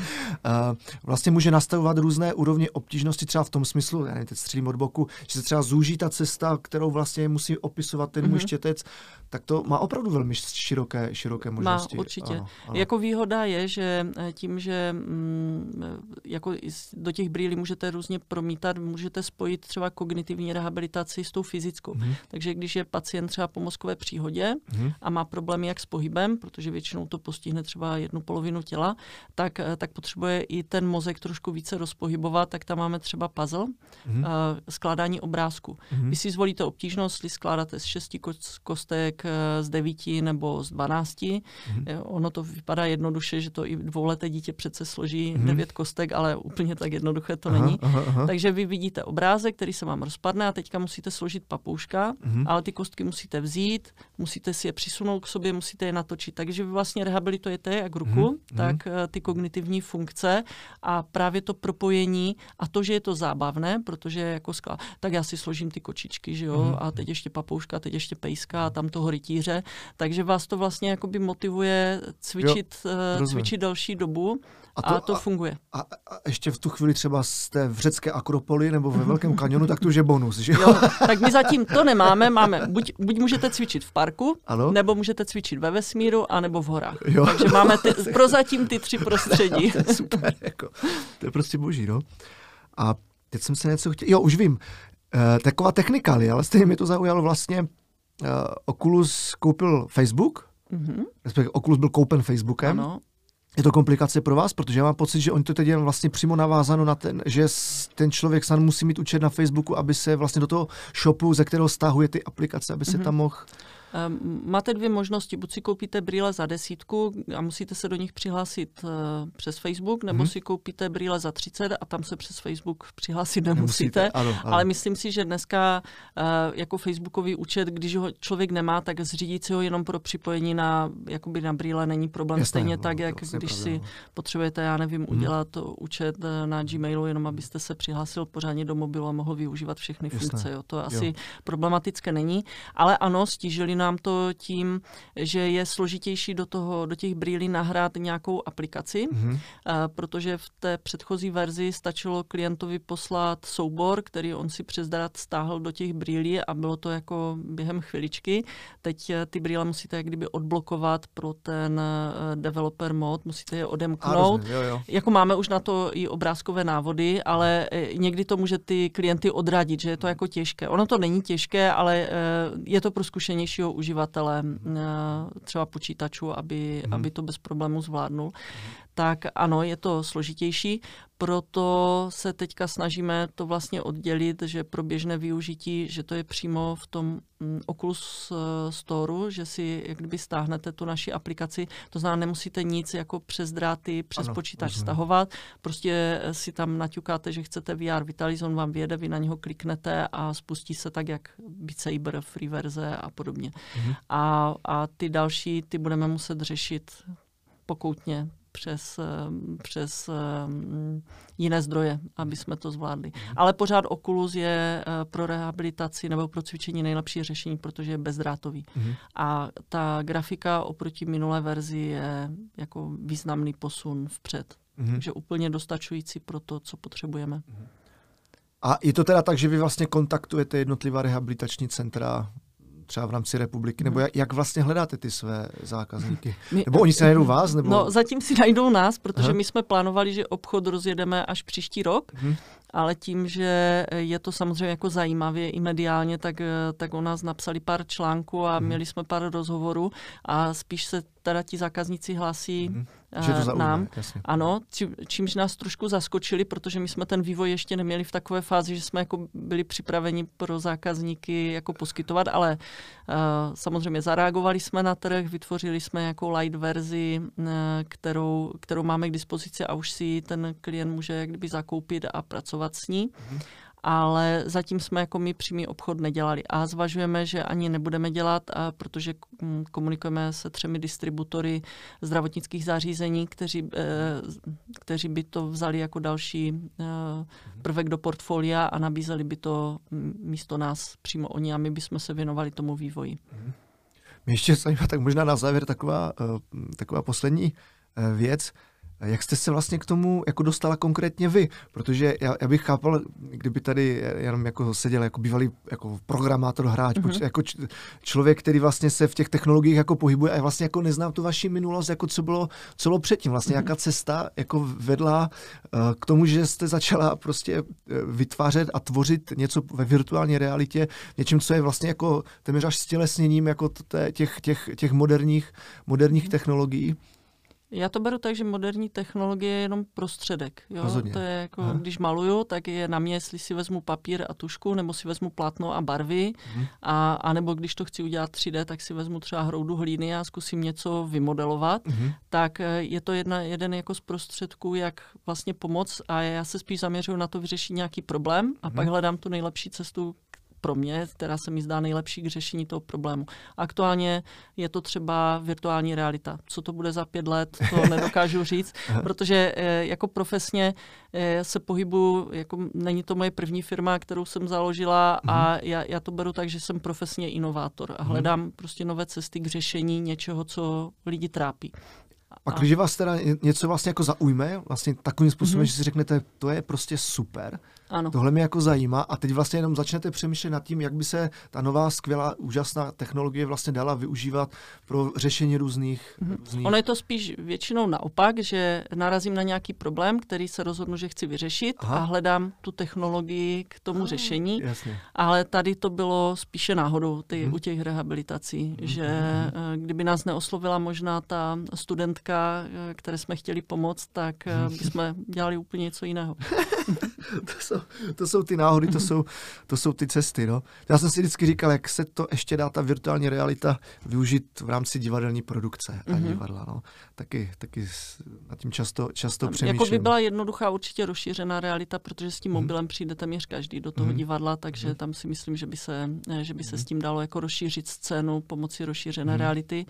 A: vlastně může nastavovat různé úrovně obtížnosti třeba v tom smyslu, já nevím, teď střílím od boku, že se třeba zúží ta cesta, kterou vlastně musí opisovat ten mm-hmm. můj štětec, tak to má opravdu velmi široké, široké možnosti.
B: Má, určitě.
A: Ano, ano.
B: Jako výhoda je, že tím, že mm, jako do těch brýlí můžete různě promítat, můžete spojit třeba kognitivní rehabilitaci s tou fyzickou. Mm-hmm. Takže když je pacient třeba po mozkové příhodě mm-hmm. a má problémy jak s pohybem, protože většinou to postihne třeba jednu polovinu těla, tak, tak potřebuje i ten mozek trošku více rozpohybovat, tak tam máme třeba puzzle, mm-hmm. uh, skládání obrázku. Mm-hmm. Vy si zvolíte obtížnost, jestli skládáte z šesti kostek, z devíti nebo z dvanácti. Mm-hmm. Ono to vypadá jednoduše, že to i dvouleté dítě přece složí mm-hmm. devět kostek, ale úplně tak jednoduché to aha, není. Aha, aha. Takže vy vidíte obrázek, který se vám rozpadne a teďka musíte složit papouška, mm-hmm. ale ty kostky musíte vzít, musíte si je přisunout k sobě, musíte je natočit. Takže vy vlastně rehabilitujete jak ruku, mm-hmm. tak ty kognitivní funkce a právě to propojení a to, že je to zábavné, protože jako skla, tak já si složím ty kočičky, že jo, mm-hmm. a teď ještě papouška, teď ještě pejska a tam toho rytíře, takže vás to vlastně jakoby motivuje cvičit, jo, cvičit další dobu a to, a to funguje. A,
A: a ještě v tu chvíli třeba jste v řecké Akropoli nebo ve Velkém kanionu, tak to už je bonus, že jo?
B: Jo, tak my zatím to nemáme, máme, buď, buď můžete cvičit v parku, ano? nebo můžete cvičit ve vesmíru, anebo v horách. Jo. Takže máme ty, prozatím ty tři prostředí.
A: To je super, jako, to je prostě boží, no. A teď jsem se něco chtěl, jo, už vím, e, taková technikálie, ale stejně mi to zaujalo vlastně, e, Oculus koupil Facebook, mm-hmm. respektive Oculus byl koupen Facebookem. Ano. Je to komplikace pro vás, protože já mám pocit, že oni to teď je vlastně přímo navázáno na ten, že ten člověk sám musí mít účet na Facebooku, aby se vlastně do toho shopu, ze kterého stahuje ty aplikace, aby se mm-hmm. tam mohl...
B: Máte dvě možnosti. Buď si koupíte brýle za desítku a musíte se do nich přihlásit uh, přes Facebook, nebo hmm. si koupíte brýle za třicet a tam se přes Facebook přihlásit nemusíte. nemusíte ano, ano. Ale myslím si, že dneska uh, jako Facebookový účet, když ho člověk nemá, tak zřídit si ho jenom pro připojení na, jakoby na brýle není problém. Jasné, Stejně no, tak, jak když pravda, si no. potřebujete, já nevím, hmm. udělat účet na Gmailu, jenom abyste se přihlásil pořádně do mobilu a mohl využívat všechny Jasné. funkce. Jo. To asi jo. problematické není. Ale ano, stížili nám to tím, že je složitější do toho, do těch brýlí nahrát nějakou aplikaci, mm-hmm. a, protože v té předchozí verzi stačilo klientovi poslat soubor, který on si přes dát stáhl do těch brýlí a bylo to jako během chviličky. Teď ty brýle musíte jak kdyby odblokovat pro ten developer mod, musíte je odemknout.
A: A, jo, jo.
B: Jako máme už na to i obrázkové návody, ale někdy to může ty klienty odradit, že je to jako těžké. Ono to není těžké, ale je to pro zkušenějšího uživatele třeba počítačů, aby, hmm. aby to bez problémů zvládnul. Tak ano, je to složitější, proto se teďka snažíme to vlastně oddělit, že pro běžné využití, že to je přímo v tom Oculus Storeu, že si jak kdyby stáhnete tu naši aplikaci, to znamená, nemusíte nic jako přes dráty, přes ano, počítač rozumím. stahovat, prostě si tam naťukáte, že chcete V R Vitalis, on vám vyjede, vy na něho kliknete a spustí se tak, jak Beat Saber, free verze a podobně. Mhm. A, a ty další, ty budeme muset řešit pokoutně přes, přes jiné zdroje, aby jsme to zvládli. Ale pořád Oculus je pro rehabilitaci nebo pro cvičení nejlepší řešení, protože je bezdrátový. Mm. A ta grafika oproti minulé verzi je jako významný posun vpřed. Mm. Takže úplně dostačující pro to, co potřebujeme.
A: A je to teda tak, že vy vlastně kontaktujete jednotlivá rehabilitační centra třeba v rámci republiky, nebo jak, jak vlastně hledáte ty své zákazníky? My, nebo oni si najdou vás? Nebo...
B: No zatím si najdou nás, protože Aha. my jsme plánovali, že obchod rozjedeme až příští rok, hmm. ale tím, že je to samozřejmě jako zajímavě i mediálně, tak, tak o nás napsali pár článků a hmm. měli jsme pár rozhovorů a spíš se teda ti zákazníci hlásí hmm.
A: Že to zaujme,
B: nám.
A: Jasně.
B: Ano, či, čímž nás trošku zaskočili, protože my jsme ten vývoj ještě neměli v takové fázi, že jsme jako byli připraveni pro zákazníky jako poskytovat, ale uh, samozřejmě zareagovali jsme na trh, vytvořili jsme jako light verzi, uh, kterou, kterou máme k dispozici a už si ten klient může jak kdyby zakoupit a pracovat s ní. Mm-hmm. Ale zatím jsme jako my přímý obchod nedělali a zvažujeme, že ani nebudeme dělat, a protože komunikujeme se třemi distributory zdravotnických zařízení, kteří, kteří by to vzali jako další prvek do portfolia a nabízeli by to místo nás přímo oni a my bychom se věnovali tomu vývoji.
A: Mě ještě zajímá, tak možná na závěr taková, taková poslední věc. Jak jste se vlastně k tomu jako dostala konkrétně vy? Protože já, já bych chápal, kdyby tady jenom jako seděl jako bývalý jako programátor, hráč, mm-hmm. jako č, člověk, který vlastně se v těch technologiích jako pohybuje a vlastně jako neznám tu vaši minulost, jako co bylo, co bylo předtím. Vlastně mm-hmm. jaká cesta jako vedla uh, k tomu, že jste začala prostě vytvářet a tvořit něco ve virtuální realitě, něčím, co je vlastně jako téměř až stělesněním jako t- těch, těch, těch moderních, moderních mm-hmm. technologií.
B: Já to beru tak, že moderní technologie je jenom prostředek. Jo?
A: Rozhodně.
B: To je jako, Aha. když maluju, tak je na mě, jestli si vezmu papír a tušku, nebo si vezmu plátno a barvy, hmm. a, a nebo když to chci udělat tři dé, tak si vezmu třeba hroudu hlíny a zkusím něco vymodelovat, hmm. tak je to jedna, jeden jako z prostředků, jak vlastně pomoct a já se spíš zaměřuju na to vyřešit nějaký problém a hmm. pak hledám tu nejlepší cestu pro mě, která se mi zdá nejlepší k řešení toho problému. Aktuálně je to třeba virtuální realita. Co to bude za pět let, to nedokážu říct, protože jako profesně se pohybuju, jako není to moje první firma, kterou jsem založila a já, já to beru tak, že jsem profesně inovátor a hledám prostě nové cesty k řešení něčeho, co lidi trápí.
A: A když vás teda něco vlastně jako zaujme, vlastně takovým způsobem, mm-hmm. že si řeknete, to je prostě super, ano. Tohle mě jako zajímá a teď vlastně jenom začnete přemýšlet nad tím, jak by se ta nová, skvělá, úžasná technologie vlastně dala využívat pro řešení různých... Mm-hmm. různých...
B: Ono je to spíš většinou naopak, že narazím na nějaký problém, který se rozhodnu, že chci vyřešit Aha. a hledám tu technologii k tomu ah, řešení,
A: jasně.
B: ale tady to bylo spíše náhodou ty, mm-hmm. u těch rehabilitací, mm-hmm. že mm-hmm. kdyby nás neoslovila možná ta studentka, které jsme chtěli pomoct, tak bychom dělali úplně něco jiného.
A: to, jsou, to jsou ty náhody, to jsou, to jsou ty cesty. No. Já jsem si vždycky říkal, jak se to ještě dá ta virtuální realita využít v rámci divadelní produkce a mm-hmm. divadla. No. Taky, taky nad tím často, často přemýšlím.
B: Jako by byla jednoduchá určitě rozšířená realita, protože s tím mobilem mm. přijde téměř každý do toho mm. divadla, takže mm. tam si myslím, že by se, že by se mm. s tím dalo jako rozšířit scénu pomocí rozšířené mm. reality,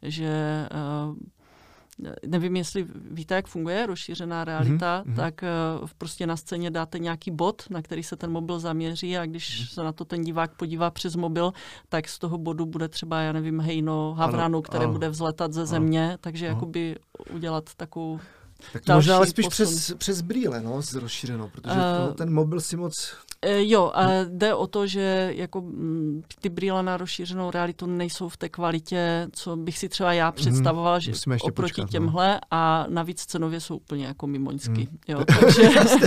B: že uh, nevím, jestli víte, jak funguje rozšířená realita, mm-hmm. tak uh, prostě na scéně dáte nějaký bod, na který se ten mobil zaměří a když mm-hmm. se na to ten divák podívá přes mobil, tak z toho bodu bude třeba, já nevím, hejno havranu, které ano. bude vzletat ze země, ano. takže ano. jakoby udělat takovou
A: tak to možná ale spíš přes, přes brýle, no, s rozšířenou, protože uh, ten mobil si moc...
B: Jo, a jde o to, že jako ty brýle na rozšířenou realitu nejsou v té kvalitě, co bych si třeba já představovala, že oproti počkat, těmhle no. a navíc cenově jsou úplně jako mimoňský. Hmm. Jo, takže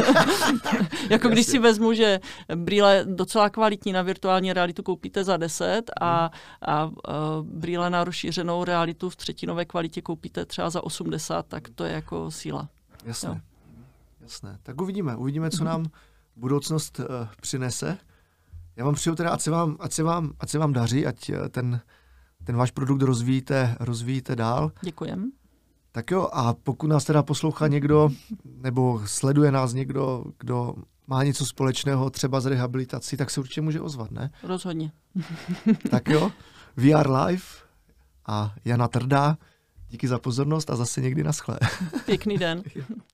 B: jako když si vezmu, že brýle docela kvalitní na virtuální realitu koupíte za deset a, hmm. a, a brýle na rozšířenou realitu v třetinové kvalitě koupíte třeba za osmdesát, tak to je jako síla.
A: Jasné. Jo. Jasné. Tak uvidíme, uvidíme, co nám budoucnost uh, přinese. Já vám přeju teda, ať se vám, ať se vám, ať se vám daří, ať uh, ten, ten váš produkt rozvíjíte, rozvíjíte dál.
B: Děkujem.
A: Tak jo, a pokud nás teda poslouchá někdo, nebo sleduje nás někdo, kdo má něco společného třeba s rehabilitací, tak se určitě může ozvat, ne?
B: Rozhodně.
A: Tak jo, V R Live a Jana Trdá, Díky za pozornost a zase někdy naschle.
B: Pěkný den.